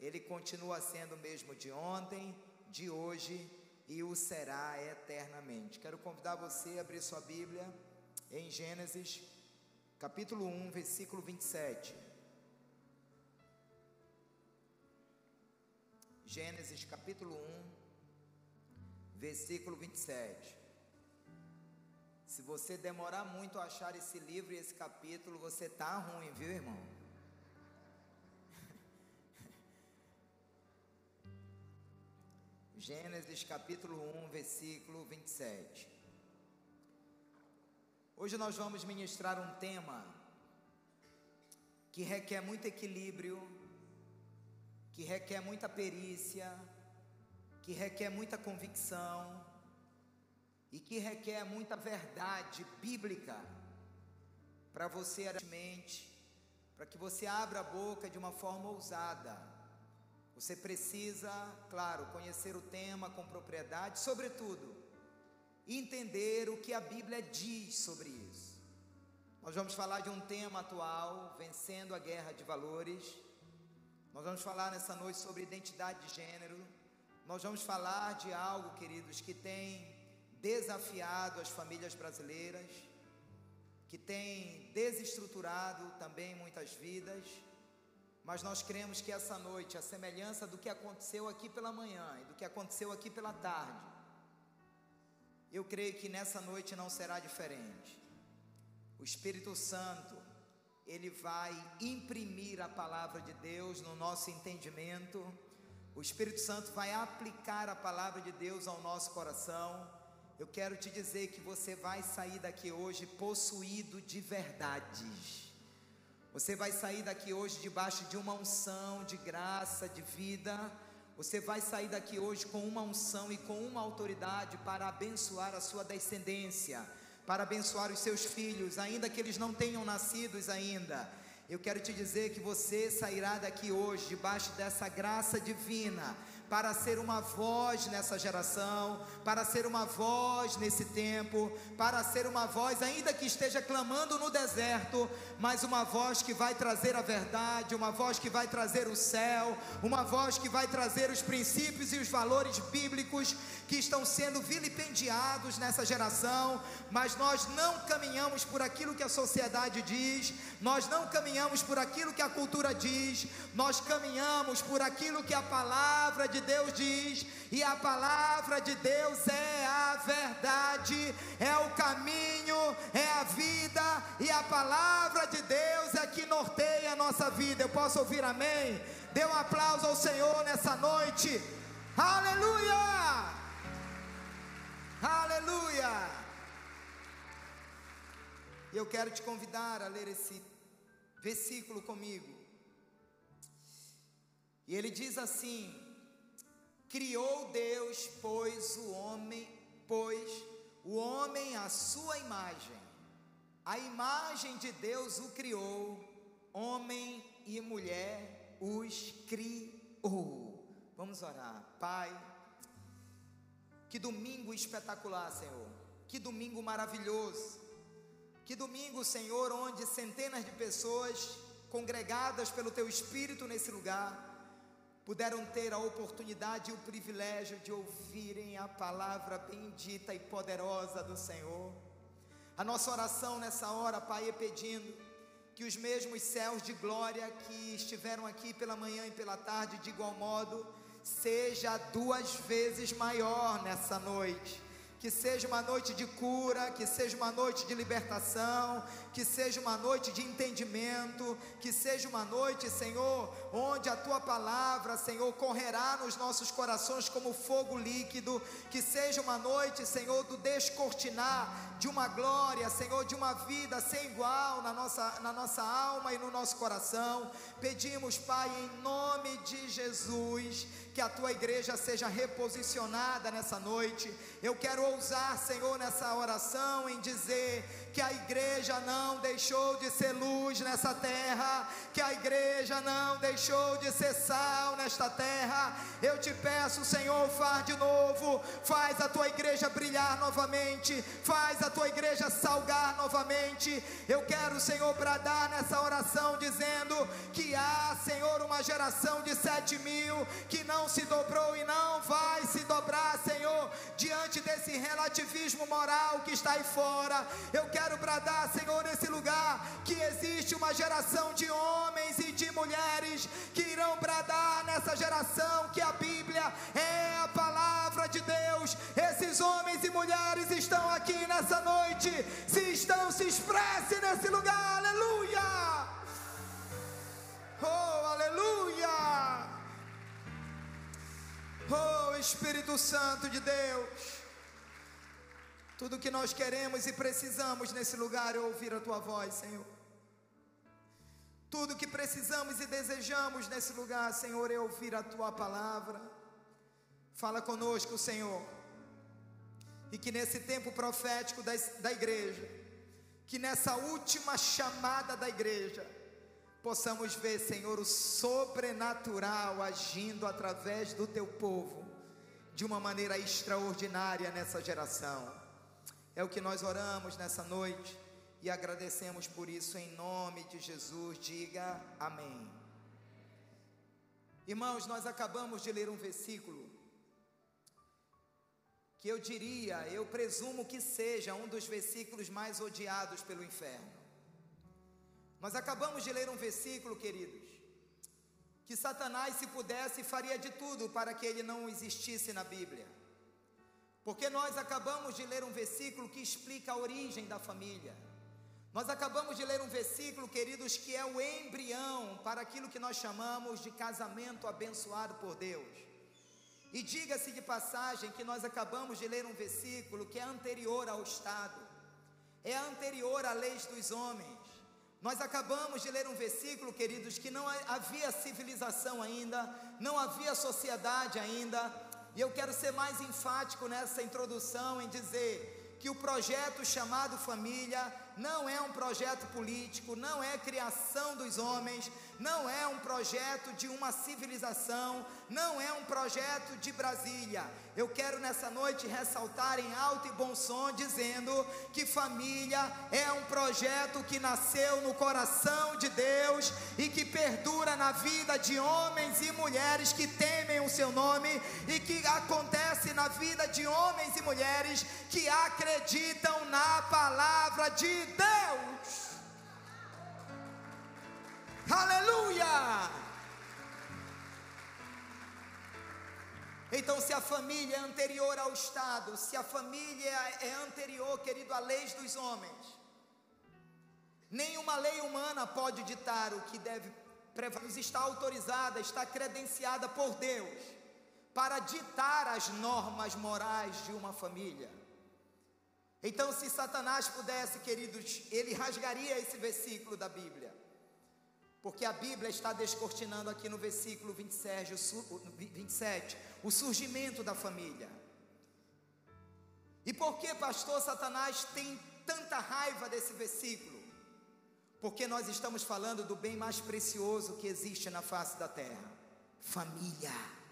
Ele continua sendo o mesmo de ontem, de hoje e o será eternamente. Quero convidar você a abrir sua Bíblia em Gênesis, capítulo 1, versículo 27. Gênesis, capítulo 1, versículo 27. Se você demorar muito a achar esse livro e esse capítulo, você tá ruim, viu, irmão? Gênesis capítulo 1, versículo 27. Hoje nós vamos ministrar um tema que requer muito equilíbrio, que requer muita perícia, que requer muita convicção e que requer muita verdade bíblica para você mente, para que você abra a boca de uma forma ousada. Você precisa, claro, conhecer o tema com propriedade, sobretudo, entender o que a Bíblia diz sobre isso. Nós vamos falar de um tema atual, vencendo a guerra de valores. Nós vamos falar nessa noite sobre identidade de gênero. Nós vamos falar de algo, queridos, que tem desafiado as famílias brasileiras, que tem desestruturado também muitas vidas. Mas nós cremos que essa noite, a semelhança do que aconteceu aqui pela manhã e do que aconteceu aqui pela tarde, eu creio que nessa noite não será diferente. O Espírito Santo, ele vai imprimir a palavra de Deus no nosso entendimento. O Espírito Santo vai aplicar a palavra de Deus ao nosso coração. Eu quero te dizer que você vai sair daqui hoje possuído de verdades. Você vai sair daqui hoje debaixo de uma unção de graça, de vida. Você vai sair daqui hoje com uma unção e com uma autoridade para abençoar a sua descendência, para abençoar os seus filhos, ainda que eles não tenham nascido ainda. Eu quero te dizer que você sairá daqui hoje debaixo dessa graça divina, para ser uma voz nessa geração, para ser uma voz nesse tempo, para ser uma voz ainda que esteja clamando no deserto, mas uma voz que vai trazer a verdade, uma voz que vai trazer o céu, uma voz que vai trazer os princípios e os valores bíblicos que estão sendo vilipendiados nessa geração. Mas nós não caminhamos por aquilo que a sociedade diz, nós não caminhamos por aquilo que a cultura diz, nós caminhamos por aquilo que a palavra de Deus diz, e a palavra de Deus é a verdade, é o caminho, é a vida, e a palavra de Deus é que norteia a nossa vida. Eu posso ouvir amém? Dê um aplauso ao Senhor nessa noite. Aleluia! Aleluia! Eu quero te convidar a ler esse versículo comigo. E ele diz assim: criou Deus, pois o homem à sua imagem, a imagem de Deus o criou, homem e mulher os criou. Vamos orar. Pai, que domingo espetacular, Senhor, que domingo maravilhoso, que domingo, Senhor, onde centenas de pessoas congregadas pelo Teu Espírito nesse lugar puderam ter a oportunidade e o privilégio de ouvirem a palavra bendita e poderosa do Senhor. A nossa oração nessa hora, Pai, é pedindo que os mesmos céus de glória que estiveram aqui pela manhã e pela tarde, de igual modo, seja 2 vezes maior nessa noite. Que seja uma noite de cura, que seja uma noite de libertação, que seja uma noite de entendimento, que seja uma noite, Senhor, onde a Tua palavra, Senhor, correrá nos nossos corações como fogo líquido. Que seja uma noite, Senhor, do descortinar de uma glória, Senhor, de uma vida sem igual na nossa alma e no nosso coração. Pedimos, Pai, em nome de Jesus, que a tua igreja seja reposicionada nessa noite. Eu quero ousar, Senhor, nessa oração em dizer que a igreja não deixou de ser luz nessa terra, que a igreja não deixou de ser sal nesta terra. Eu te peço, Senhor, faz de novo, faz a tua igreja brilhar novamente, faz a tua igreja salgar novamente. Eu quero, Senhor, bradar nessa oração dizendo que há, Senhor, uma geração de 7.000 que não se dobrou e não vai se dobrar, Senhor, diante desse relativismo moral que está aí fora. Eu quero bradar, Senhor, nesse lugar, que existe uma geração de homens e de mulheres que irão bradar nessa geração que a Bíblia é a palavra de Deus. Esses homens e mulheres estão aqui nessa noite. Se estão, se expresse nesse lugar. Aleluia! Oh, aleluia! Oh, Espírito Santo de Deus, tudo que nós queremos e precisamos nesse lugar é ouvir a tua voz, Senhor. Tudo que precisamos e desejamos nesse lugar, Senhor, é ouvir a tua palavra. Fala conosco, Senhor, e que nesse tempo profético da igreja, que nessa última chamada da igreja, possamos ver, Senhor, o sobrenatural agindo através do teu povo, de uma maneira extraordinária nessa geração. É o que nós oramos nessa noite e agradecemos por isso em nome de Jesus. Diga amém. Irmãos, nós acabamos de ler um versículo que eu presumo que seja um dos versículos mais odiados pelo inferno. Nós acabamos de ler um versículo, queridos, que Satanás, se pudesse, faria de tudo para que ele não existisse na Bíblia. Porque nós acabamos de ler um versículo que explica a origem da família. Nós acabamos de ler um versículo, queridos, que é o embrião para aquilo que nós chamamos de casamento abençoado por Deus. E diga-se de passagem que nós acabamos de ler um versículo que é anterior ao Estado, é anterior à lei dos homens. Nós acabamos de ler um versículo, queridos, que não havia civilização ainda, não havia sociedade ainda. E eu quero ser mais enfático nessa introdução em dizer que o projeto chamado família não é um projeto político, não é criação dos homens, não é um projeto de uma civilização, não é um projeto de Brasília. Eu quero nessa noite ressaltar em alto e bom som, dizendo que família é um projeto que nasceu no coração de Deus e que perdura na vida de homens e mulheres que temem o seu nome, e que acontece na vida de homens e mulheres que acreditam na palavra de Deus. Aleluia! Então, se a família é anterior ao Estado, se a família é anterior, querido, à lei dos homens, nenhuma lei humana pode ditar o que deve prevalecer. Está autorizada, está credenciada por Deus para ditar as normas morais de uma família. Então, se Satanás pudesse, queridos, ele rasgaria esse versículo da Bíblia, porque a Bíblia está descortinando aqui no versículo 27, o surgimento da família. E por que, pastor, Satanás tem tanta raiva desse versículo? Porque nós estamos falando do bem mais precioso que existe na face da terra: família.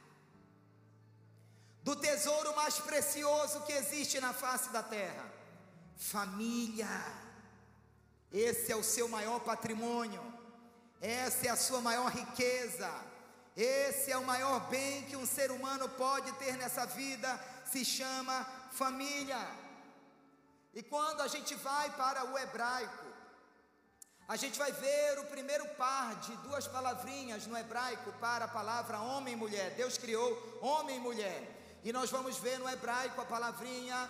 Do tesouro mais precioso que existe na face da terra: família. Esse é o seu maior patrimônio, essa é a sua maior riqueza, esse é o maior bem que um ser humano pode ter nessa vida, se chama família. E quando a gente vai para o hebraico, a gente vai ver o primeiro par de duas palavrinhas no hebraico para a palavra homem e mulher. Deus criou homem e mulher, e nós vamos ver no hebraico a palavrinha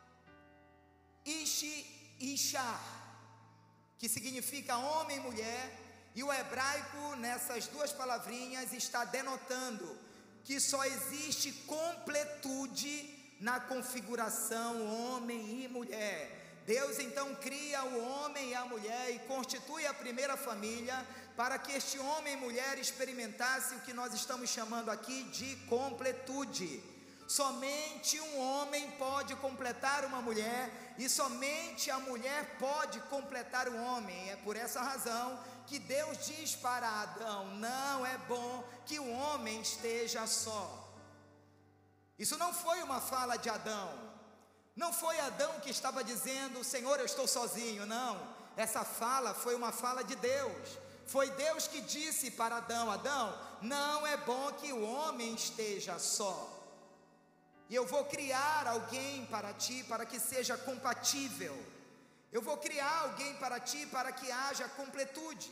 ishi, isha, que significa homem e mulher. E o hebraico, nessas duas palavrinhas, está denotando que só existe completude na configuração homem e mulher. Deus então cria o homem e a mulher e constitui a primeira família para que este homem e mulher experimentasse o que nós estamos chamando aqui de completude. Somente um homem pode completar uma mulher e somente a mulher pode completar o homem. É por essa razão que Deus diz para Adão: não é bom que o homem esteja só. Isso não foi uma fala de Adão. Não foi Adão que estava dizendo: Senhor, eu estou sozinho. Não, essa fala foi uma fala de Deus. Foi Deus que disse para Adão: Adão, não é bom que o homem esteja só. E eu vou criar alguém para ti para que seja compatível. Eu vou criar alguém para ti para que haja completude.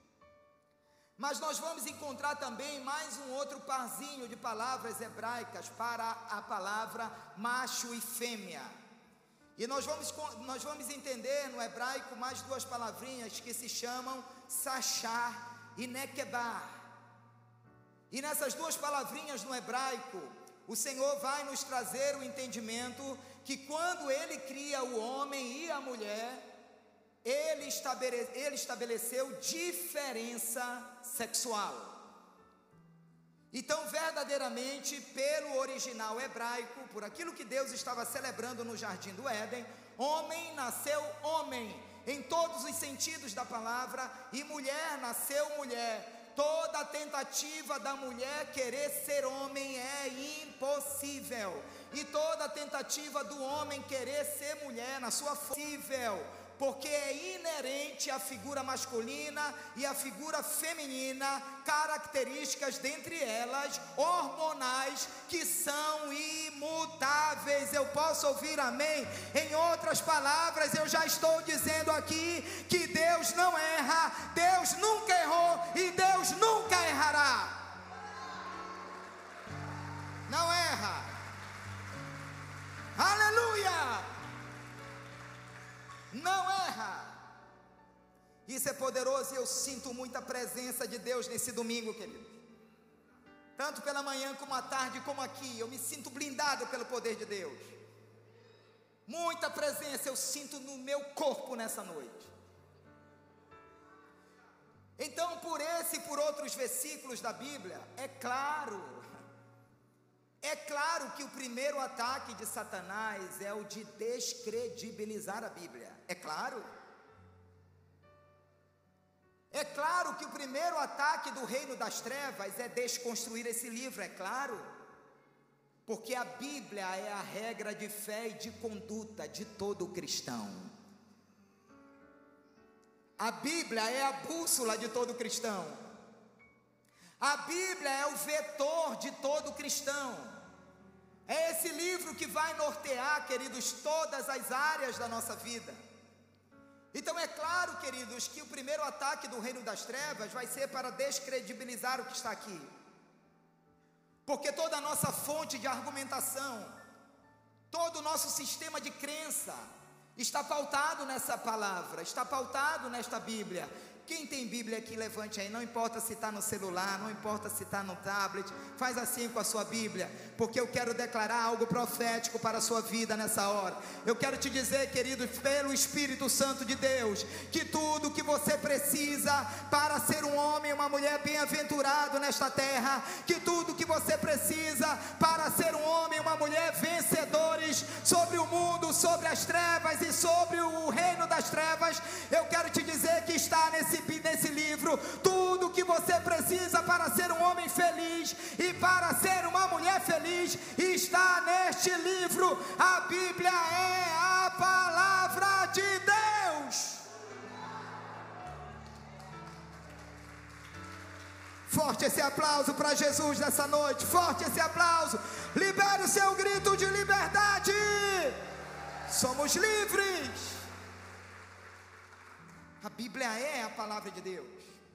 Mas nós vamos encontrar também mais um outro parzinho de palavras hebraicas para a palavra macho e fêmea. E nós vamos entender no hebraico mais duas palavrinhas que se chamam sachar e nekebar. E nessas duas palavrinhas no hebraico, o Senhor vai nos trazer o entendimento que quando Ele cria o homem e a mulher, Ele estabeleceu diferença sexual. Então, verdadeiramente, pelo original hebraico, por aquilo que Deus estava celebrando no Jardim do Éden, homem nasceu homem, em todos os sentidos da palavra, e mulher nasceu mulher. Toda tentativa da mulher querer ser homem é impossível, e toda tentativa do homem querer ser mulher na sua possível, porque é inerente à figura masculina e à figura feminina, características dentre elas hormonais que são imutáveis. Eu posso ouvir amém? Em outras palavras, eu já estou dizendo aqui que Deus não erra, Deus nunca errou e Deus nunca errará. Não erra. Aleluia! Não erra. Isso é poderoso e eu sinto muita presença de Deus nesse domingo, querido. Tanto pela manhã como à tarde, como aqui, eu me sinto blindado pelo poder de Deus. Muita presença eu sinto no meu corpo nessa noite. Então, por esse e por outros versículos da Bíblia, é claro que o primeiro ataque de Satanás é o de descredibilizar a Bíblia. É claro que o primeiro ataque do reino das trevas é desconstruir esse livro, é claro, porque a Bíblia é a regra de fé e de conduta de todo cristão. A Bíblia é a bússola de todo cristão. A Bíblia é o vetor de todo cristão. É esse livro que vai nortear, queridos, todas as áreas da nossa vida. Então é claro, queridos, que o primeiro ataque do reino das trevas vai ser para descredibilizar o que está aqui. Porque toda a nossa fonte de argumentação, todo o nosso sistema de crença está pautado nessa palavra, está pautado nesta Bíblia. Quem tem Bíblia aqui, levante aí. Não importa se está no celular, não importa se está no tablet, faz assim com a sua Bíblia, porque eu quero declarar algo profético para a sua vida nessa hora. Eu quero te dizer, querido, pelo Espírito Santo de Deus, que tudo que você precisa para ser um homem e uma mulher bem-aventurado nesta terra, que tudo que você precisa para ser um homem e uma mulher vencedores sobre o mundo, sobre as trevas e sobre o reino das trevas, eu quero te dizer que está nesse livro. Tudo que você precisa para ser um homem feliz e para ser uma mulher feliz está neste livro. A Bíblia é a palavra de Deus. Forte esse aplauso para Jesus nessa noite. Forte esse aplauso. Libere o seu grito de liberdade. Somos livres. A Bíblia é a palavra de Deus.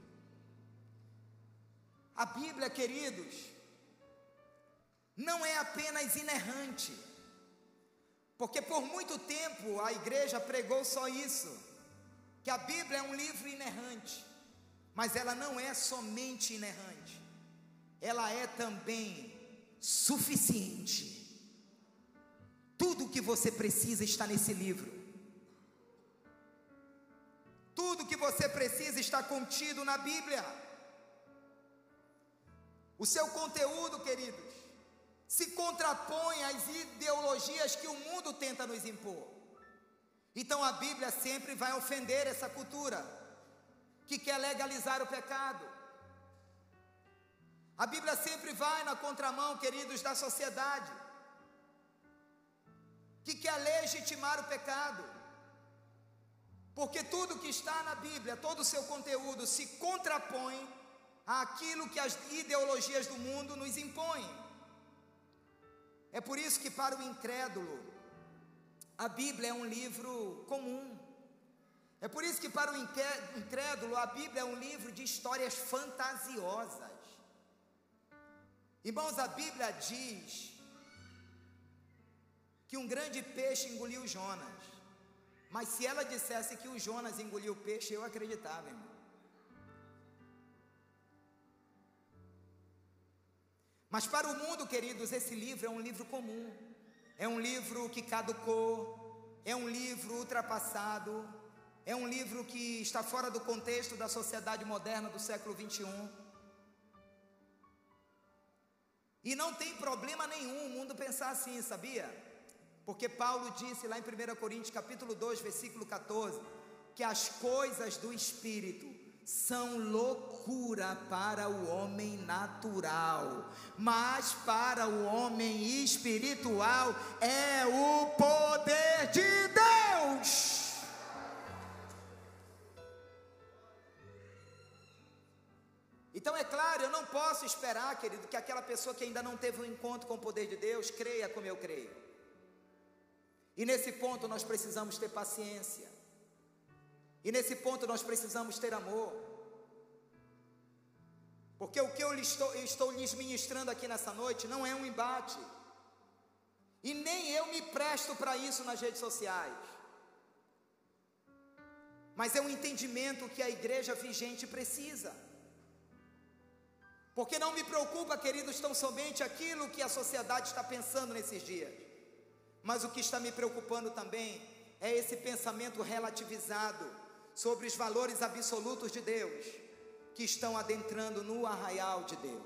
A Bíblia, queridos, não é apenas inerrante, porque por muito tempo a igreja pregou só isso, que a Bíblia é um livro inerrante, mas ela não é somente inerrante, ela é também suficiente. Tudo o que você precisa está nesse livro. está contido na Bíblia. O seu conteúdo, queridos, se contrapõe às ideologias que o mundo tenta nos impor. Então a Bíblia sempre vai ofender essa cultura que quer legalizar o pecado. A Bíblia sempre vai na contramão, queridos, da sociedade que quer legitimar o pecado. Porque tudo que está na Bíblia, todo o seu conteúdo se contrapõe àquilo que as ideologias do mundo nos impõem. É por isso que para o incrédulo, a Bíblia é um livro comum. É por isso que para o incrédulo, a Bíblia é um livro de histórias fantasiosas. Irmãos, a Bíblia diz que um grande peixe engoliu Jonas. Mas se ela dissesse que o Jonas engoliu o peixe, eu acreditava, irmão. Mas para o mundo, queridos, esse livro é um livro comum. É um livro que caducou, é um livro ultrapassado, é um livro que está fora do contexto da sociedade moderna do século 21. E não tem problema nenhum o mundo pensar assim, sabia? Porque Paulo disse lá em 1 Coríntios capítulo 2, versículo 14, que as coisas do Espírito são loucura para o homem natural, mas para o homem espiritual é o poder de Deus. Então é claro, eu não posso esperar, querido, que aquela pessoa que ainda não teve um encontro com o poder de Deus creia como eu creio. E nesse ponto nós precisamos ter paciência. E nesse ponto nós precisamos ter amor. Porque o que eu estou lhes ministrando aqui nessa noite não é um embate. E nem eu me presto para isso nas redes sociais. Mas é um entendimento que a igreja vigente precisa. Porque não me preocupa, queridos, tão somente aquilo que a sociedade está pensando nesses dias. Mas o que está me preocupando também é esse pensamento relativizado sobre os valores absolutos de Deus, que estão adentrando no arraial de Deus.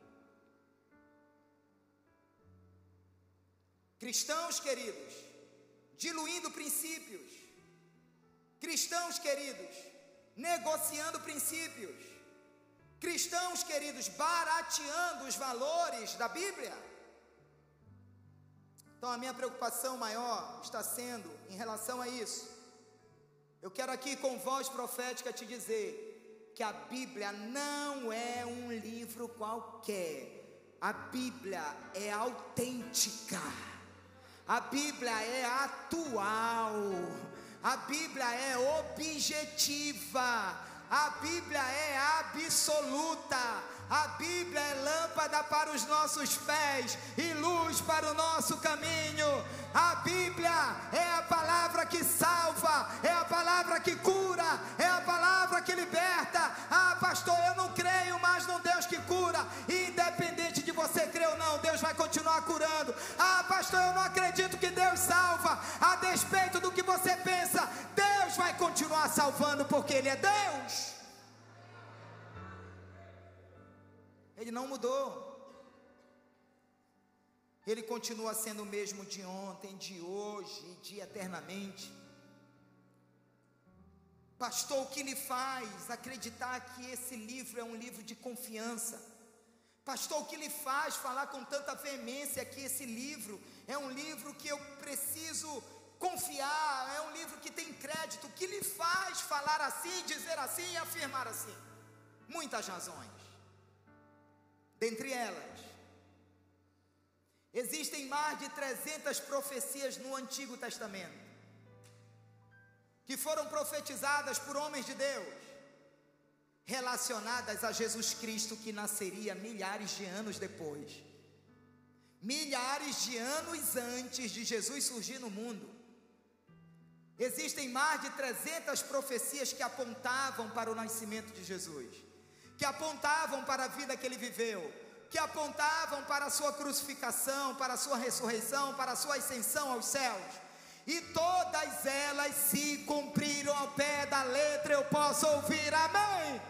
Cristãos queridos, diluindo princípios. Cristãos queridos, negociando princípios. Cristãos queridos, barateando os valores da Bíblia. Então a minha preocupação maior está sendo em relação a isso. Eu quero aqui com voz profética te dizer que a Bíblia não é um livro qualquer. A Bíblia é autêntica. A Bíblia é atual. A Bíblia é objetiva. A Bíblia é absoluta. A Bíblia é lâmpada para os nossos pés e luz para o nosso caminho. A Bíblia é a palavra que salva, é a palavra que cura, é a palavra que liberta. Ah, pastor, eu não creio mais num Deus que cura. Independente de você crer ou não, Deus vai continuar curando. Ah, pastor, eu não acredito que Deus salva. A despeito do que você pensa, Deus vai continuar salvando, porque Ele é Deus. Ele não mudou. Ele continua sendo o mesmo de ontem, de hoje e de eternamente. Pastor, o que lhe faz acreditar que esse livro é um livro de confiança? Pastor, o que lhe faz falar com tanta veemência que esse livro é um livro que eu preciso confiar, é um livro que tem crédito? O que lhe faz falar assim, dizer assim e afirmar assim? Muitas razões. Dentre elas, existem mais de 300 profecias no Antigo Testamento, que foram profetizadas por homens de Deus, relacionadas a Jesus Cristo, que nasceria milhares de anos depois, milhares de anos antes de Jesus surgir no mundo. Existem mais de 300 profecias que apontavam para o nascimento de Jesus, que apontavam para a vida que ele viveu, que apontavam para a sua crucificação, para a sua ressurreição, para a sua ascensão aos céus. e todas elas se cumpriram ao pé da letra. Eu posso ouvir amém?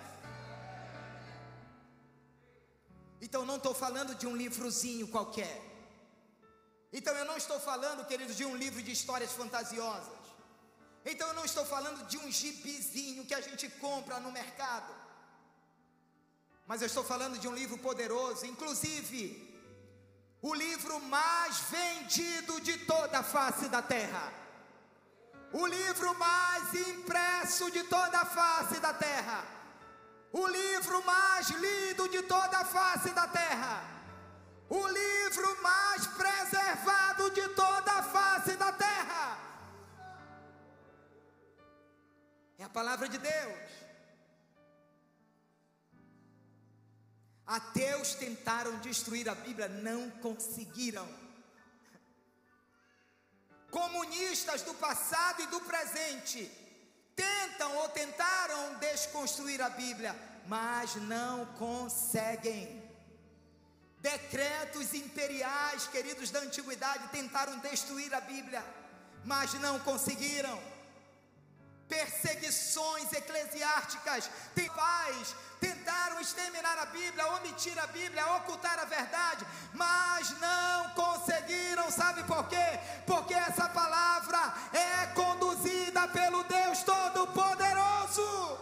Então não estou falando de um livrozinho qualquer. Então eu não estou falando, queridos, de um livro de histórias fantasiosas. Então eu não estou falando de um gibizinho que a gente compra no mercado. Mas eu estou falando de um livro poderoso, inclusive o livro mais vendido de toda a face da terra. O livro mais impresso de toda a face da terra. O livro mais lido de toda a face da terra. O livro mais preservado de toda a face da terra. É a palavra de Deus. Ateus tentaram destruir a Bíblia, não conseguiram. Comunistas do passado e do presente tentam ou tentaram desconstruir a Bíblia, mas não conseguem. Decretos imperiais, queridos, da antiguidade tentaram destruir a Bíblia, mas não conseguiram. Perseguições eclesiásticas, tentaram exterminar a Bíblia, omitir a Bíblia, ocultar a verdade, mas não conseguiram. Sabe por quê? Porque essa palavra é conduzida pelo Deus Todo-Poderoso.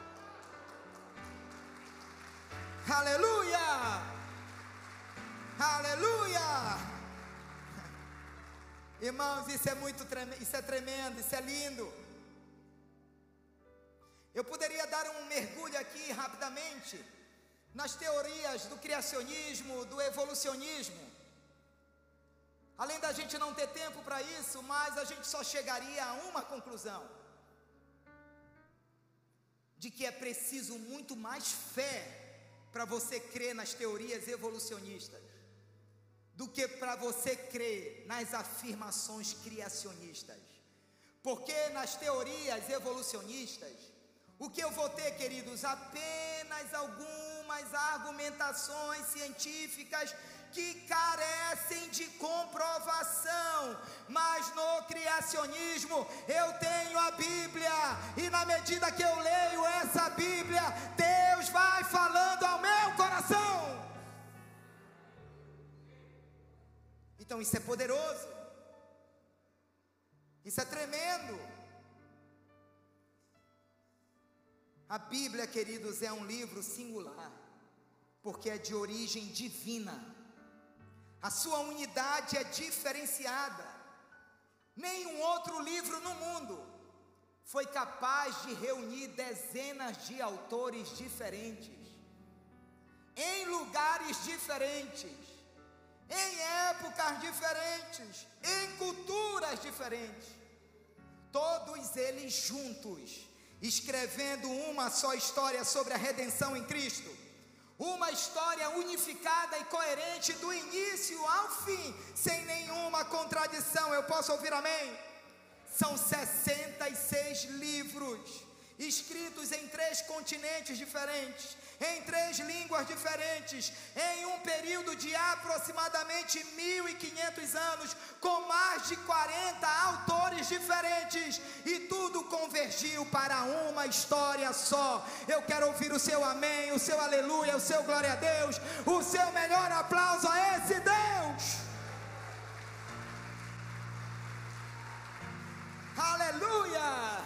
Aleluia! Aleluia! Irmãos, isso é tremendo, isso é lindo. Eu poderia dar um mergulho aqui rapidamente nas teorias do criacionismo, do evolucionismo. Além da gente não ter tempo para isso, mas a gente só chegaria a uma conclusão: de que é preciso muito mais fé para você crer nas teorias evolucionistas do que para você crer nas afirmações criacionistas. Porque nas teorias evolucionistas, o que eu vou ter, queridos? Apenas algumas argumentações científicas que carecem de comprovação. Mas no criacionismo eu tenho a Bíblia, e na medida que eu leio essa Bíblia, Deus vai falando ao meu coração. Então isso é poderoso, isso é tremendo. A Bíblia, queridos, é um livro singular, porque é de origem divina. A sua unidade é diferenciada. Nenhum outro livro no mundo foi capaz de reunir dezenas de autores diferentes, em lugares diferentes, em épocas diferentes, em culturas diferentes, todos eles juntos, escrevendo uma só história sobre a redenção em Cristo, uma história unificada e coerente do início ao fim, sem nenhuma contradição. Eu posso ouvir amém? São 66 livros, escritos em 3 continentes diferentes, em 3 línguas diferentes, em um período de aproximadamente 1500 anos, com mais de 40 autores diferentes, e tudo convergiu para uma história só. Eu quero ouvir o seu amém, o seu aleluia, o seu glória a Deus, o seu melhor aplauso a esse Deus. Aleluia!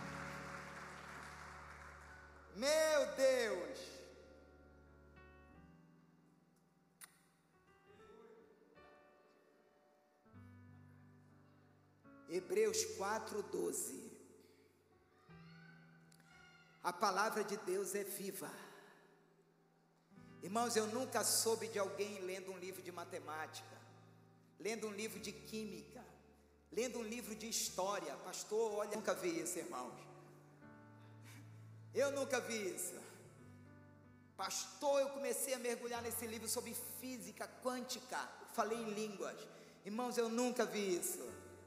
Meu Deus! Hebreus 4:12. A palavra de Deus é viva. Irmãos, eu nunca soube de alguém lendo um livro de matemática, lendo um livro de química, lendo um livro de história. Pastor, olha, nunca vi isso, irmãos. Eu nunca vi isso. Pastor, eu comecei a mergulhar nesse livro sobre física quântica, falei em línguas. Irmãos, eu nunca vi isso.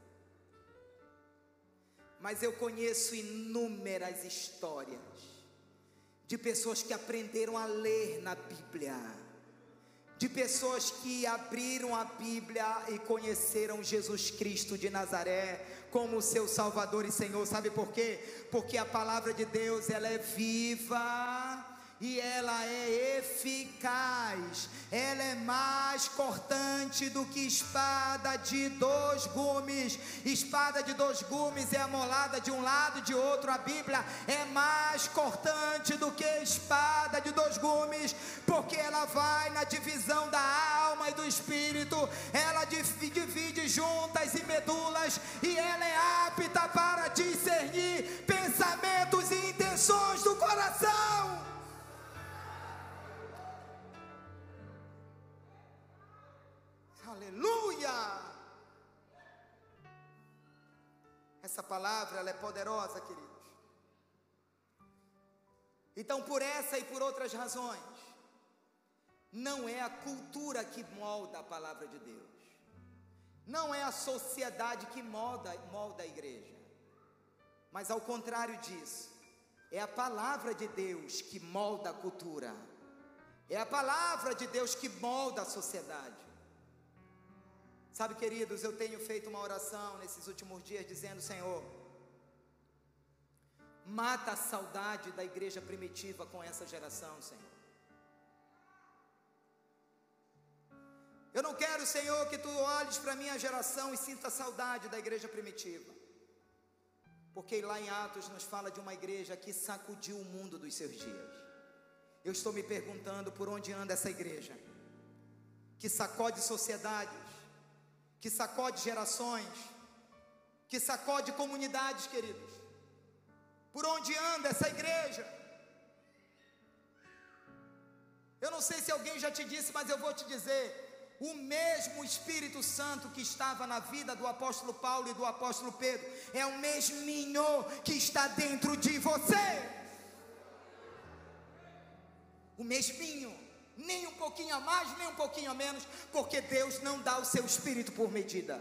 Mas eu conheço inúmeras histórias de pessoas que aprenderam a ler na Bíblia, de pessoas que abriram a Bíblia e conheceram Jesus Cristo de Nazaré como seu Salvador e Senhor. Sabe por quê? Porque a palavra de Deus, ela é viva e ela é eficaz, ela é mais cortante do que espada de 2 gumes. Espada de 2 gumes é amolada de um lado e de outro. A Bíblia é mais cortante do que espada de 2 gumes, porque ela vai na divisão da alma e do espírito, ela divide juntas e medulas, e ela é apta para discernir pensamentos e intenções do coração. Aleluia! Essa palavra, ela é poderosa, queridos. Então, por essa e por outras razões, não é a cultura que molda a palavra de Deus, não é a sociedade que molda a igreja, mas ao contrário disso, é a palavra de Deus que molda a cultura, é a palavra de Deus que molda a sociedade. Sabe, queridos, eu tenho feito uma oração nesses últimos dias dizendo: Senhor, mata a saudade da igreja primitiva com essa geração, Senhor. Eu não quero, Senhor, que Tu olhes para a minha geração e sinta saudade da igreja primitiva, porque lá em Atos nos fala de uma igreja que sacudiu o mundo dos seus dias. Eu estou me perguntando por onde anda essa igreja, que sacode sociedades, que sacode gerações, que sacode comunidades, queridos. Por onde anda essa igreja? Eu não sei se alguém já te disse, mas eu vou te dizer: o mesmo Espírito Santo que estava na vida do apóstolo Paulo e do apóstolo Pedro é o mesminho que está dentro de você. O mesminho. Nem um pouquinho a mais, nem um pouquinho a menos, porque Deus não dá o seu Espírito por medida.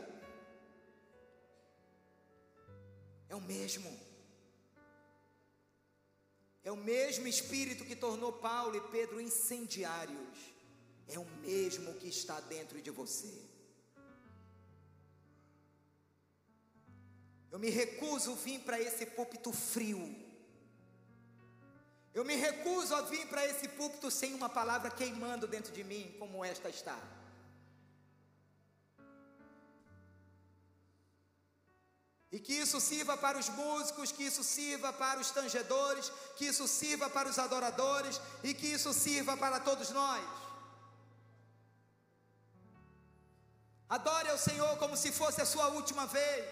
É o mesmo. É o mesmo Espírito que tornou Paulo e Pedro incendiários. É o mesmo que está dentro de você. Eu me recuso a vir para esse púlpito frio. Eu me recuso a vir para esse púlpito sem uma palavra queimando dentro de mim, como esta está. E que isso sirva para os músicos, que isso sirva para os tangedores, que isso sirva para os adoradores, e que isso sirva para todos nós. Adore ao Senhor como se fosse a sua última vez.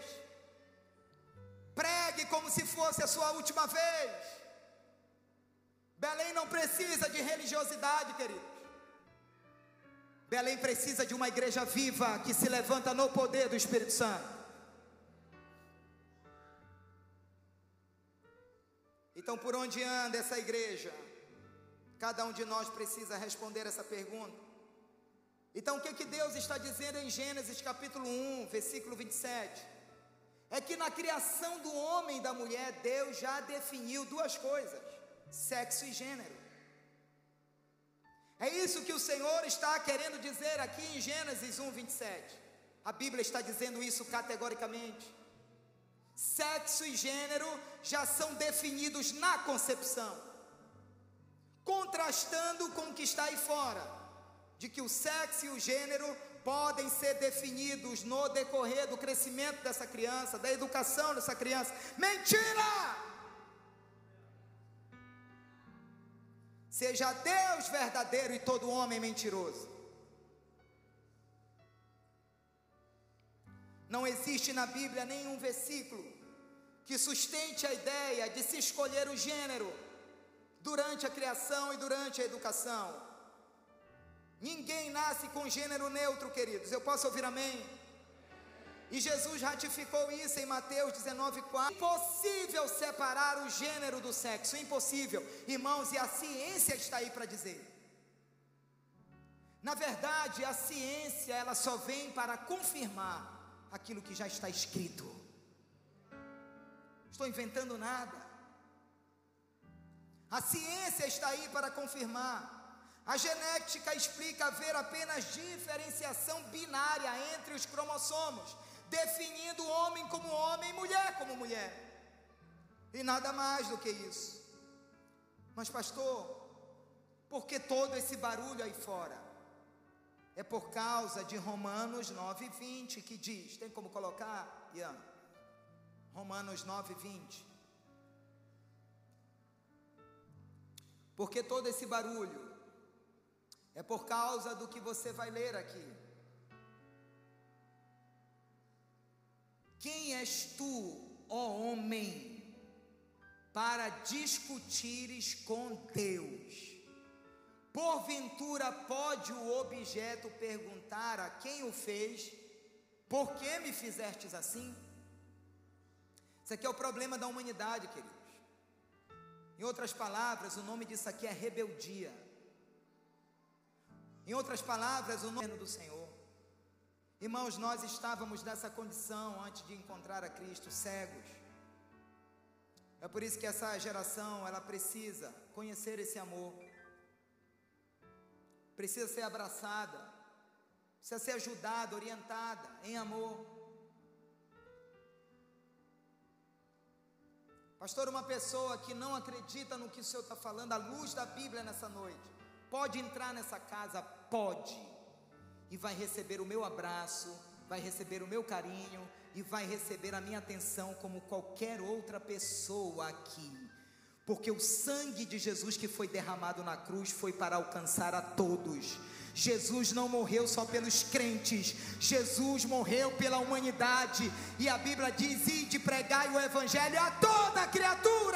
Pregue como se fosse a sua última vez. Belém não precisa de religiosidade, queridos. Belém precisa de uma igreja viva que se levanta no poder do Espírito Santo. Então, por onde anda essa igreja? Cada um de nós precisa responder essa pergunta. Então, o que Deus está dizendo em Gênesis capítulo 1, versículo 27? É que na criação do homem e da mulher, Deus já definiu 2 coisas: sexo e gênero. É isso que o Senhor está querendo dizer aqui em Gênesis 1, 27. A Bíblia está dizendo isso categoricamente. Sexo e gênero já são definidos na concepção, contrastando com o que está aí fora, de que o sexo e o gênero podem ser definidos no decorrer do crescimento dessa criança, da educação dessa criança. Mentira! Seja Deus verdadeiro e todo homem mentiroso. Não existe na Bíblia nenhum versículo que sustente a ideia de se escolher o gênero durante a criação e durante a educação. Ninguém nasce com gênero neutro, queridos. Eu posso ouvir amém? E Jesus ratificou isso em Mateus 19:4. Impossível separar o gênero do sexo, impossível. Irmãos, e a ciência está aí para dizer. Na verdade, a ciência, ela só vem para confirmar aquilo que já está escrito. Estou inventando nada. A ciência está aí para confirmar. A genética explica haver apenas diferenciação binária entre os cromossomos, definindo o homem como homem e mulher como mulher, e nada mais do que isso. Mas pastor, por que todo esse barulho aí fora? É por causa de Romanos 9:20, que diz, tem como colocar, Ian? Romanos 9:20. Por que todo esse barulho? É por causa do que você vai ler aqui. Quem és tu, ó homem, para discutires com Deus? Porventura pode o objeto perguntar a quem o fez: por que me fizestes assim? Isso aqui é o problema da humanidade, queridos. Em outras palavras, o nome disso aqui é rebeldia. Em outras palavras, o nome do Senhor. Irmãos, nós estávamos nessa condição antes de encontrar a Cristo, cegos. É por isso que essa geração, ela precisa conhecer esse amor, precisa ser abraçada, precisa ser ajudada, orientada em amor. Pastor, uma pessoa que não acredita no que o Senhor está falando, à luz da Bíblia nessa noite, pode entrar nessa casa? Pode, e vai receber o meu abraço, vai receber o meu carinho, e vai receber a minha atenção como qualquer outra pessoa aqui, porque o sangue de Jesus que foi derramado na cruz foi para alcançar a todos. Jesus não morreu só pelos crentes, Jesus morreu pela humanidade, e a Bíblia diz: ide pregai o evangelho a toda criatura.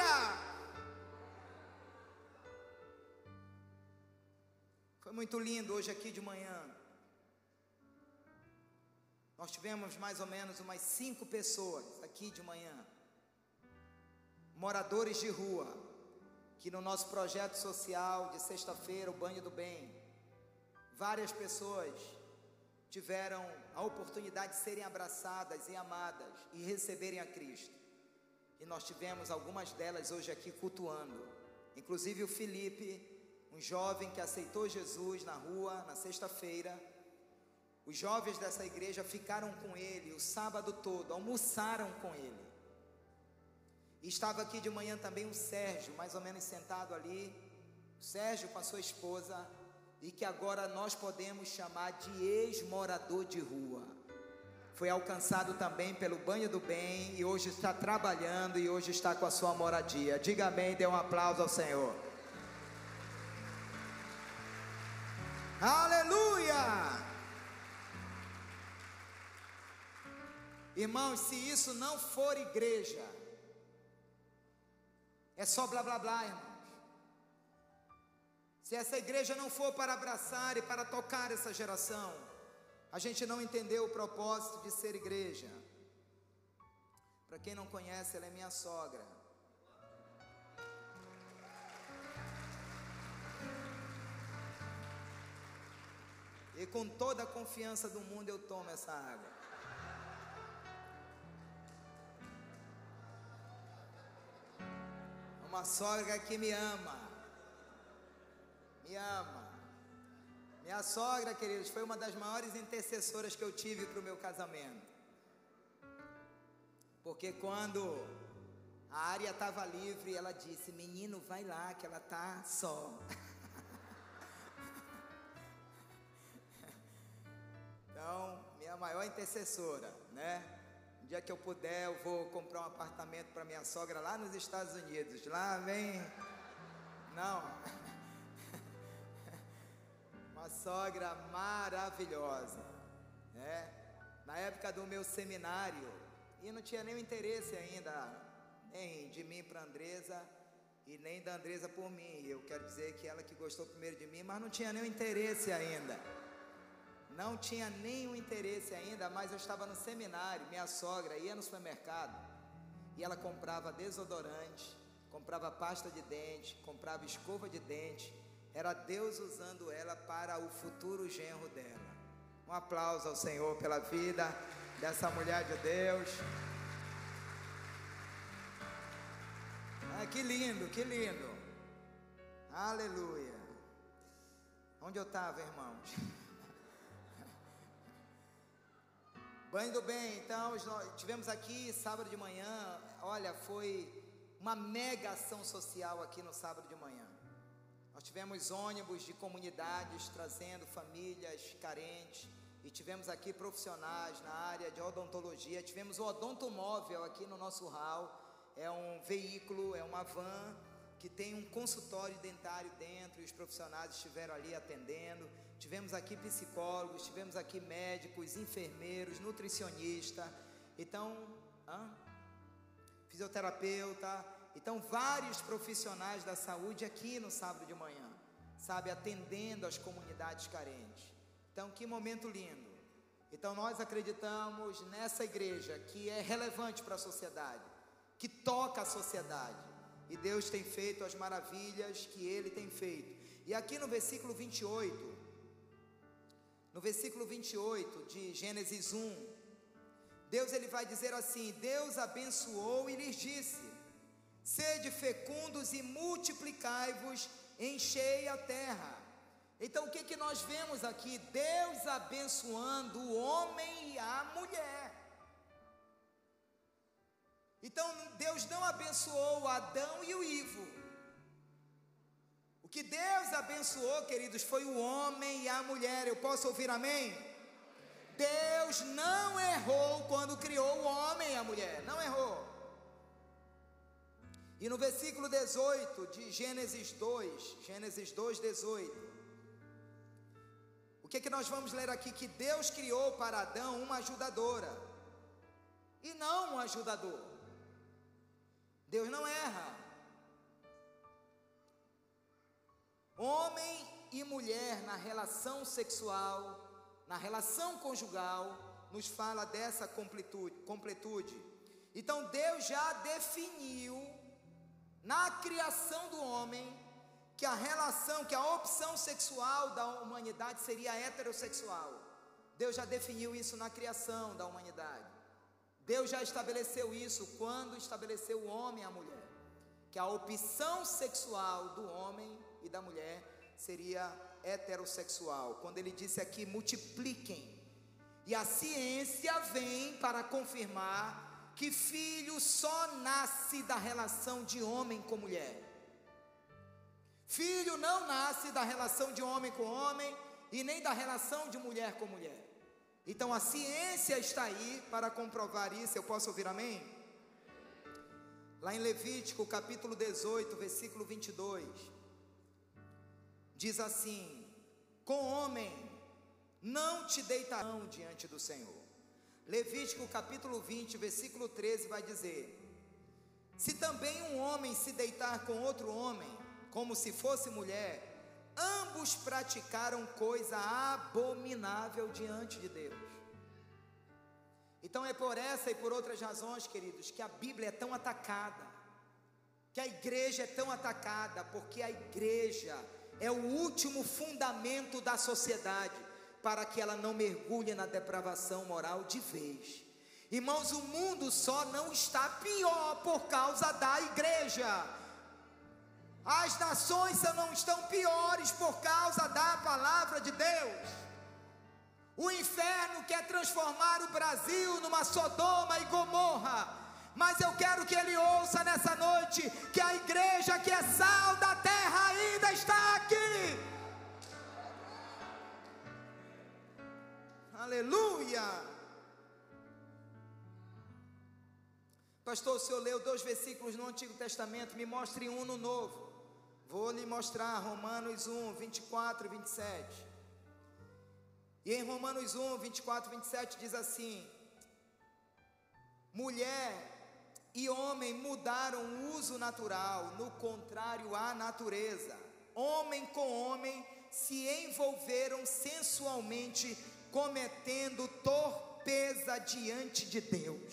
Foi muito lindo hoje aqui de manhã. Nós tivemos mais ou menos umas 5 pessoas aqui de manhã, moradores de rua, que no nosso projeto social de sexta-feira, o Banho do Bem, várias pessoas tiveram a oportunidade de serem abraçadas e amadas e receberem a Cristo. E nós tivemos algumas delas hoje aqui cultuando, inclusive o Felipe, um jovem que aceitou Jesus na rua, na sexta-feira. Os jovens dessa igreja ficaram com ele o sábado todo, almoçaram com ele. E estava aqui de manhã também o Sérgio, mais ou menos sentado ali, o Sérgio com a sua esposa, e que agora nós podemos chamar de ex-morador de rua. Foi alcançado também pelo Banho do Bem, e hoje está trabalhando, e hoje está com a sua moradia. Diga amém, dê um aplauso ao Senhor. Aleluia! Irmãos, se isso não for igreja, é só blá blá blá, irmãos. Se essa igreja não for para abraçar e para tocar essa geração, a gente não entendeu o propósito de ser igreja. Para quem não conhece, ela é minha sogra. E com toda a confiança do mundo eu tomo essa água. Uma sogra que me ama. Me ama. Minha sogra, queridos, foi uma das maiores intercessoras que eu tive para o meu casamento. Porque quando a área estava livre, ela disse: menino, vai lá que ela está só. Então, minha maior intercessora, né? Um dia que eu puder, eu vou comprar um apartamento para minha sogra lá nos Estados Unidos. Lá vem... Não. Uma sogra maravilhosa, né? Na época do meu seminário, e não tinha nenhum interesse ainda, nem de mim para a Andresa, e nem da Andresa por mim. Eu quero dizer que ela que gostou primeiro de mim, mas não tinha nenhum interesse ainda. Não tinha nenhum interesse ainda, mas eu estava no seminário. Minha sogra ia no supermercado e ela comprava desodorante, comprava pasta de dente, comprava escova de dente. Era Deus usando ela para o futuro genro dela. Um aplauso ao Senhor pela vida dessa mulher de Deus. Ah, que lindo, que lindo. Aleluia. Onde eu estava, irmãos? Banho do bem. Então, nós tivemos aqui sábado de manhã. Olha, foi uma mega ação social aqui no sábado de manhã. Nós tivemos ônibus de comunidades trazendo famílias carentes. E tivemos aqui profissionais na área de odontologia. Tivemos o odontomóvel aqui no nosso hall. É um veículo, é uma van que tem um consultório dentário dentro, e os profissionais estiveram ali atendendo. Tivemos aqui psicólogos, tivemos aqui médicos, enfermeiros, nutricionista, então, fisioterapeuta, então vários profissionais da saúde aqui no sábado de manhã, sabe, atendendo as comunidades carentes. Então, que momento lindo. Então, nós acreditamos nessa igreja que é relevante para a sociedade, que toca a sociedade. E Deus tem feito as maravilhas que Ele tem feito. E aqui no versículo 28, de Gênesis 1, Deus ele vai dizer assim: Deus abençoou e lhes disse: sede fecundos e multiplicai-vos, enchei a terra. Então o que nós vemos aqui? Deus abençoando o homem e a mulher. Então Deus não abençoou o Adão e o Ivo. O que Deus abençoou, queridos, foi o homem e a mulher. Eu posso ouvir amém? Deus não errou quando criou o homem e a mulher, não errou. E no versículo 18 de Gênesis 2:18, o que nós vamos ler aqui? Que Deus criou para Adão uma ajudadora e não um ajudador. Deus não erra. Homem e mulher na relação sexual, na relação conjugal, nos fala dessa completude. Então Deus já definiu na criação do homem que a relação, que a opção sexual da humanidade seria heterossexual. Deus já definiu isso na criação da humanidade. Deus já estabeleceu isso quando estabeleceu o homem e a mulher, que a opção sexual do homem e da mulher seria heterossexual. Quando ele disse aqui, multipliquem, e a ciência vem para confirmar que filho só nasce da relação de homem com mulher. Filho não nasce da relação de homem com homem e nem da relação de mulher com mulher. Então a ciência está aí para comprovar isso. Eu posso ouvir amém? Lá em Levítico capítulo 18, versículo 22, diz assim: com homem não te deitarão diante do Senhor. Levítico capítulo 20, versículo 13 vai dizer: se também um homem se deitar com outro homem, como se fosse mulher, ambos praticaram coisa abominável diante de Deus. Então é por essa e por outras razões, queridos, que a Bíblia é tão atacada, que a igreja é tão atacada, porque a igreja é o último fundamento da sociedade, para que ela não mergulhe na depravação moral de vez. Irmãos, o mundo só não está pior por causa da igreja. As nações não estão piores por causa da palavra de Deus. O inferno quer transformar o Brasil numa Sodoma e Gomorra, mas eu quero que ele ouça nessa noite que a igreja que é sal da terra ainda está aqui. Aleluia. Pastor, o senhor leu 2 versículos no Antigo Testamento, me mostre um no Novo. Vou lhe mostrar Romanos 1, 24 e 27. E em Romanos 1, 24 e 27 diz assim: mulher e homem mudaram o uso natural, no contrário à natureza. Homem com homem se envolveram sensualmente, cometendo torpeza diante de Deus.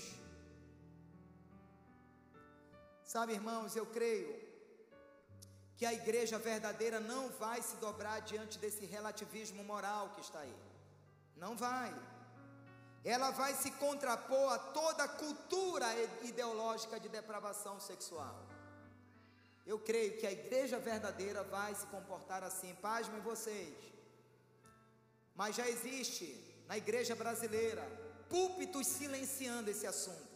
Sabe, irmãos, eu creio que a igreja verdadeira não vai se dobrar diante desse relativismo moral que está aí. Não vai. Ela vai se contrapor a toda a cultura ideológica de depravação sexual. Eu creio que a igreja verdadeira vai se comportar assim. Pasmem vocês, mas já existe na igreja brasileira púlpitos silenciando esse assunto,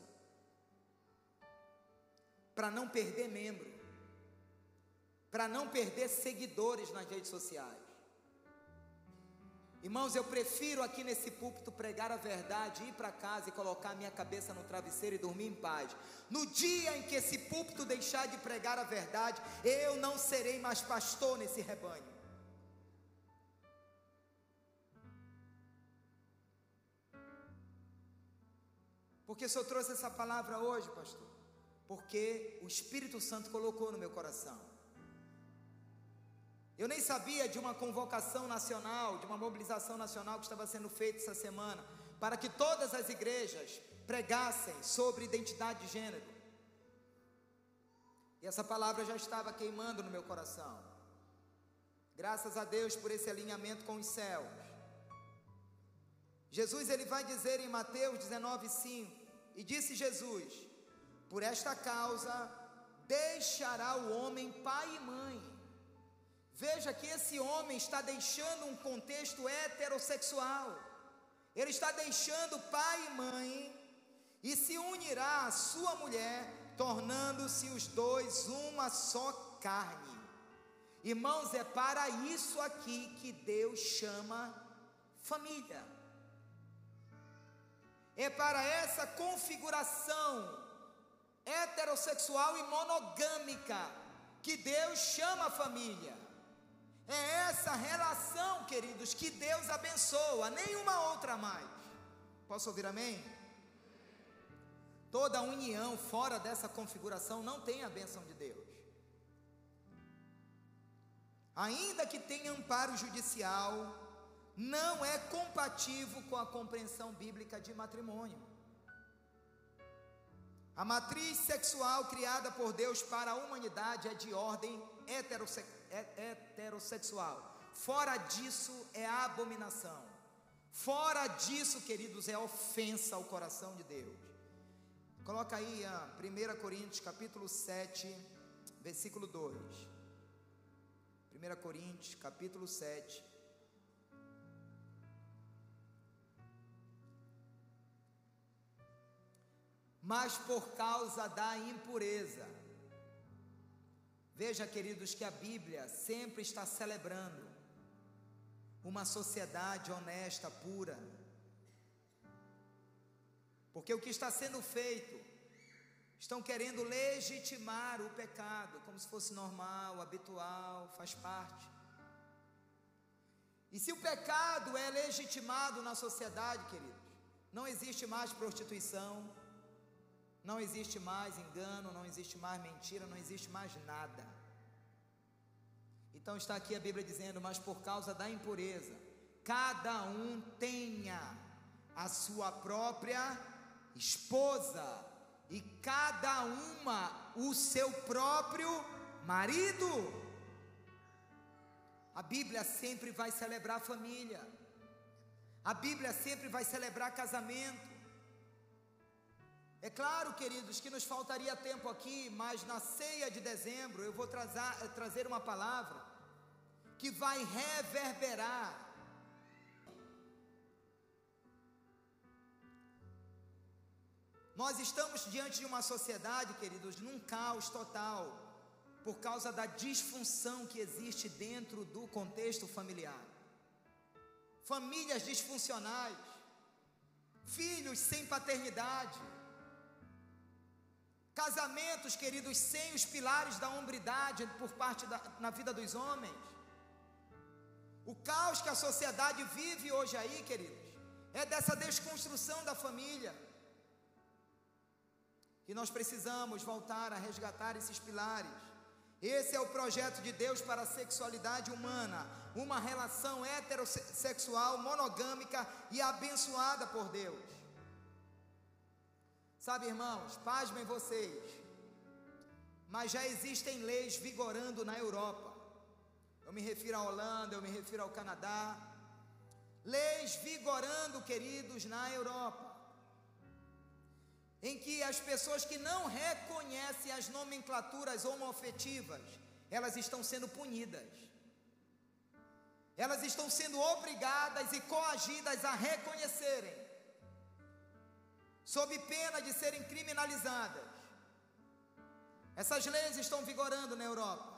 para não perder membro, para não perder seguidores nas redes sociais. Irmãos, eu prefiro aqui nesse púlpito pregar a verdade, ir para casa e colocar minha cabeça no travesseiro e dormir em paz. No dia em que esse púlpito deixar de pregar a verdade, eu não serei mais pastor nesse rebanho. Por que o Senhor trouxe essa palavra hoje, pastor? Porque o Espírito Santo colocou no meu coração. Eu nem sabia de uma convocação nacional, de uma mobilização nacional que estava sendo feita essa semana, para que todas as igrejas pregassem sobre identidade de gênero. E essa palavra já estava queimando no meu coração. Graças a Deus por esse alinhamento com os céus. Jesus, ele vai dizer em Mateus 19:5, e disse Jesus: por esta causa deixará o homem pai e mãe. Veja que esse homem está deixando um contexto heterossexual. Ele está deixando pai e mãe e se unirá à sua mulher, tornando-se os dois uma só carne. Irmãos, é para isso aqui que Deus chama família. É para essa configuração heterossexual e monogâmica que Deus chama a família. É essa relação, queridos, que Deus abençoa, nenhuma outra mais. Posso ouvir amém? Toda união fora dessa configuração não tem a bênção de Deus. Ainda que tenha amparo judicial, não é compatível com a compreensão bíblica de matrimônio. A matriz sexual criada por Deus para a humanidade é de ordem heterossexual. Fora disso é abominação. Fora disso, queridos, é ofensa ao coração de Deus. Coloca aí a 1 Coríntios capítulo 7, versículo 2. 1 Coríntios capítulo 7. Mas por causa da impureza. Veja, queridos, que a Bíblia sempre está celebrando uma sociedade honesta, pura. Porque o que está sendo feito, estão querendo legitimar o pecado, como se fosse normal, habitual, faz parte. E se o pecado é legitimado na sociedade, queridos, não existe mais prostituição, não existe mais engano, não existe mais mentira, não existe mais nada. Então está aqui a Bíblia dizendo: mas por causa da impureza, cada um tenha a sua própria esposa, e cada uma o seu próprio marido. A Bíblia sempre vai celebrar família. A Bíblia sempre vai celebrar casamento. É claro, queridos, que nos faltaria tempo aqui, mas na ceia de dezembro eu vou trazer uma palavra que vai reverberar. Nós estamos diante de uma sociedade, queridos, num caos total, por causa da disfunção que existe dentro do contexto familiar. Famílias disfuncionais, filhos sem paternidade, casamentos, queridos, sem os pilares da hombridade por parte na vida dos homens. O caos que a sociedade vive hoje aí, queridos, é dessa desconstrução da família. E nós precisamos voltar a resgatar esses pilares. Esse é o projeto de Deus para a sexualidade humana, uma relação heterossexual, monogâmica e abençoada por Deus. Sabe, irmãos, pasmem vocês, mas já existem leis vigorando na Europa. Eu me refiro à Holanda, eu me refiro ao Canadá. Leis vigorando, queridos, na Europa, em que as pessoas que não reconhecem as nomenclaturas homoafetivas, elas estão sendo punidas. elas estão sendo obrigadas e coagidas a reconhecerem, sob pena de serem criminalizadas. Essas leis estão vigorando na Europa.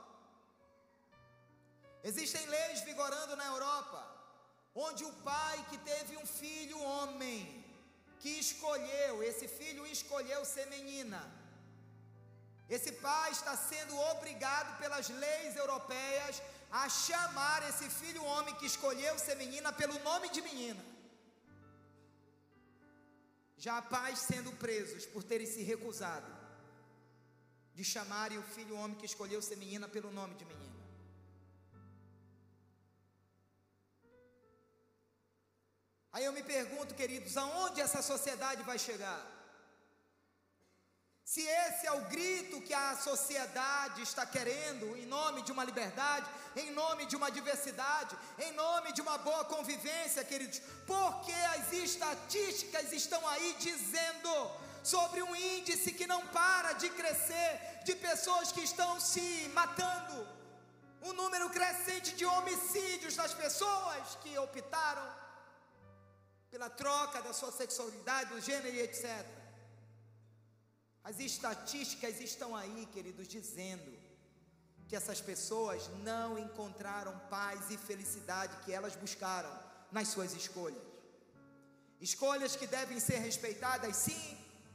Existem leis vigorando na Europa, onde o pai que teve um filho homem, que escolheu, esse filho escolheu ser menina, esse pai está sendo obrigado pelas leis europeias a chamar esse filho homem que escolheu ser menina pelo nome de menina. Já pais sendo presos por terem se recusado de chamarem o filho homem que escolheu ser menina pelo nome de menina. Aí eu me pergunto, queridos, aonde essa sociedade vai chegar? Se esse é o grito que a sociedade está querendo, em nome de uma liberdade, em nome de uma diversidade, em nome de uma boa convivência, queridos, porque as estatísticas estão aí dizendo sobre um índice que não para de crescer, de pessoas que estão se matando, um número crescente de homicídios das pessoas que optaram pela troca da sua sexualidade, do gênero e etc. As estatísticas estão aí, queridos, dizendo que essas pessoas não encontraram paz e felicidade que elas buscaram nas suas escolhas. Escolhas que devem ser respeitadas, sim.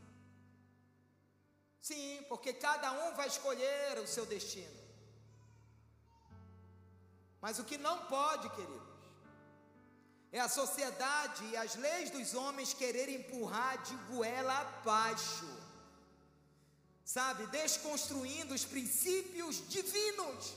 Sim, porque cada um vai escolher o seu destino. Mas o que não pode, queridos, é a sociedade e as leis dos homens quererem empurrar de goela abaixo, sabe, desconstruindo os princípios divinos.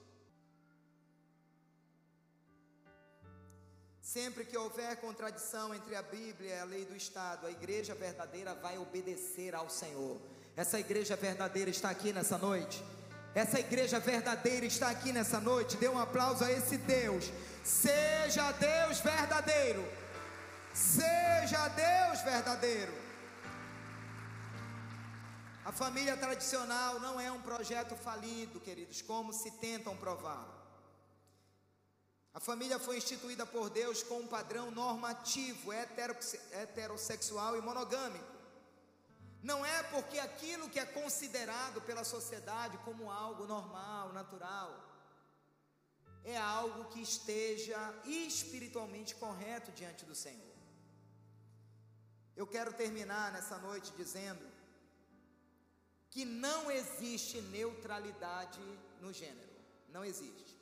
Sempre que houver contradição entre a Bíblia e a lei do Estado, a igreja verdadeira vai obedecer ao Senhor. Essa igreja verdadeira está aqui nessa noite. Essa igreja verdadeira está aqui nessa noite. Dê um aplauso a esse Deus. Seja Deus verdadeiro. Seja Deus verdadeiro. A família tradicional não é um projeto falido, queridos, como se tentam provar. A família foi instituída por Deus com um padrão normativo, heterossexual e monogâmico. Não é porque aquilo que é considerado pela sociedade como algo normal, natural, é algo que esteja espiritualmente correto diante do Senhor. Eu quero terminar nessa noite dizendo que não existe neutralidade no gênero. Não existe.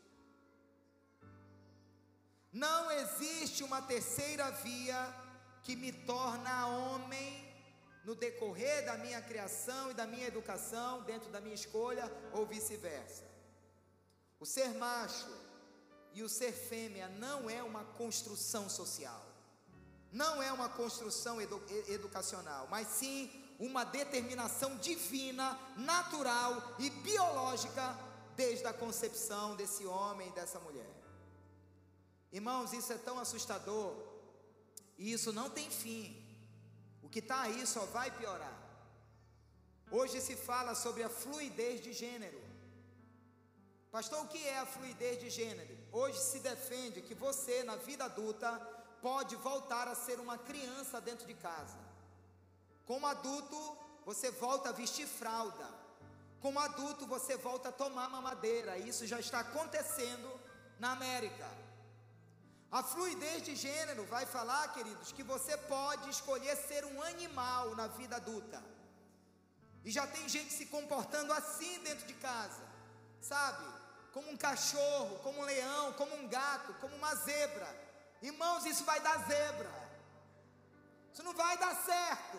Não existe uma terceira via que me torna homem no decorrer da minha criação e da minha educação, dentro da minha escolha, ou vice-versa. O ser macho e o ser fêmea não é uma construção social, não é uma construção educacional, mas sim uma determinação divina, natural e biológica, desde a concepção desse homem e dessa mulher. Irmãos, isso é tão assustador, e isso não tem fim. O que está aí só vai piorar. Hoje se fala sobre a fluidez de gênero. Pastor, o que é a fluidez de gênero? Hoje se defende que você, na vida adulta, pode voltar a ser uma criança dentro de casa. Como adulto, você volta a vestir fralda. Como adulto, você volta a tomar mamadeira. Isso já está acontecendo na América. A fluidez de gênero vai falar, queridos, que você pode escolher ser um animal na vida adulta. E já tem gente se comportando assim dentro de casa, sabe? Como um cachorro, como um leão, como um gato, como uma zebra. Irmãos, isso vai dar zebra. Isso não vai dar certo.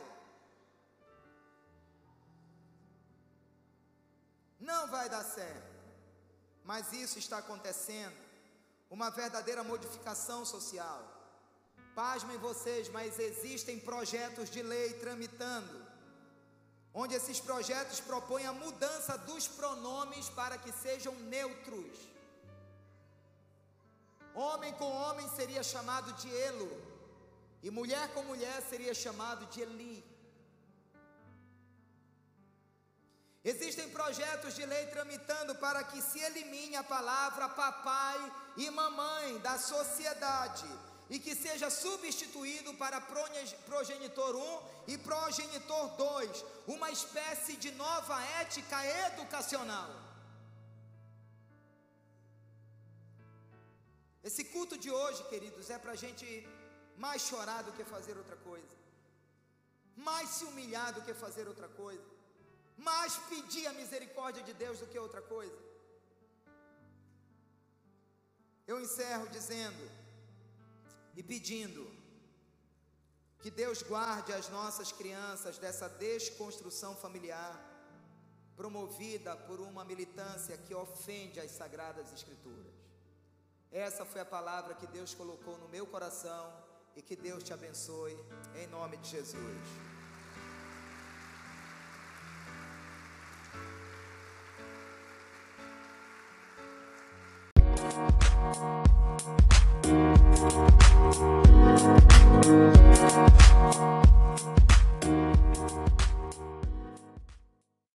Não vai dar certo. Mas isso está acontecendo. Uma verdadeira modificação social. Pasmem vocês, mas existem projetos de lei tramitando, onde esses projetos propõem a mudança dos pronomes para que sejam neutros. Homem com homem seria chamado de Elo, e mulher com mulher seria chamado de Eli. Existem projetos de lei tramitando para que se elimine a palavra papai e mamãe da sociedade e que seja substituído para progenitor 1 e progenitor 2, uma espécie de nova ética educacional. Esse culto de hoje, queridos, é para a gente mais chorar do que fazer outra coisa, mais se humilhar do que fazer outra coisa, mais pedir a misericórdia de Deus do que outra coisa. Eu encerro dizendo e pedindo que Deus guarde as nossas crianças dessa desconstrução familiar promovida por uma militância que ofende as Sagradas Escrituras. Essa foi a palavra que Deus colocou no meu coração e que Deus te abençoe, em nome de Jesus.